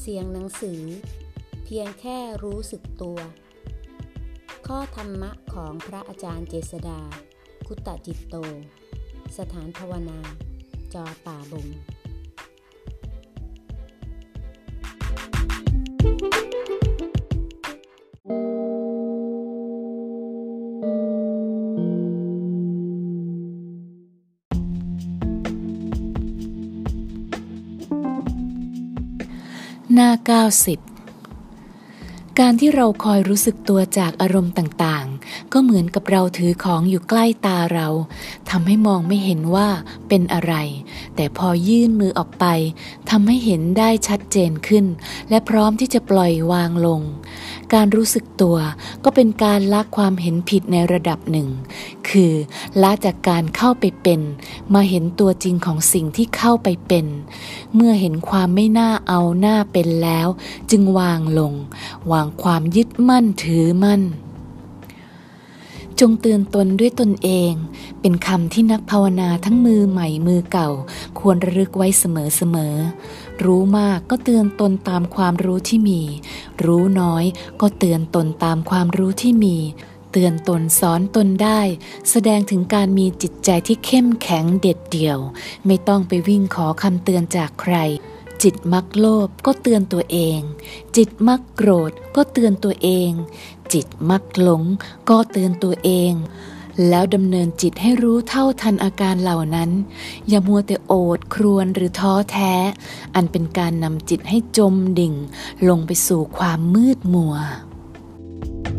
สียงหนังสือเพียงแค่รู้สึกตัวข้อธรรมะของพระอาจารย์เจษฎาคุตจิตโตสถานภาวนาจอป่าบงหน้า90การที่เราคอยรู้สึกตัวจากอารมณ์ต่างๆก็เหมือนกับเราถือของอยู่ใกล้ตาเราทำให้มองไม่เห็นว่าเป็นอะไรแต่พอยื่นมือออกไปทำให้เห็นได้ชัดเจนขึ้นและพร้อมที่จะปล่อยวางลงการรู้สึกตัวก็เป็นการละความเห็นผิดในระดับหนึ่งคือละจากการเข้าไปเป็นมาเห็นตัวจริงของสิ่งที่เข้าไปเป็นเมื่อเห็นความไม่น่าเอาหน้าเป็นแล้วจึงวางลงวางความยึดมั่นถือมั่นจงเตือนตนด้วยตนเองเป็นคำที่นักภาวนาทั้งมือใหม่มือเก่าควรระลึกไว้เสมอรู้มากก็เตือนตนตามความรู้ที่มีรู้น้อยก็เตือนตนตามความรู้ที่มีเตือนตนสอนตนได้แสดงถึงการมีจิตใจที่เข้มแข็งเด็ดเดี่ยวไม่ต้องไปวิ่งขอคำเตือนจากใครจิตมักโลภก็เตือนตัวเองจิตมักโกรธก็เตือนตัวเองจิตมักหลงก็เตือนตัวเองแล้วดำเนินจิตให้รู้เท่าทันอาการเหล่านั้นอย่ามัวแต่โอดครวญหรือท้อแท้อันเป็นการนำจิตให้จมดิ่งลงไปสู่ความมืดมัว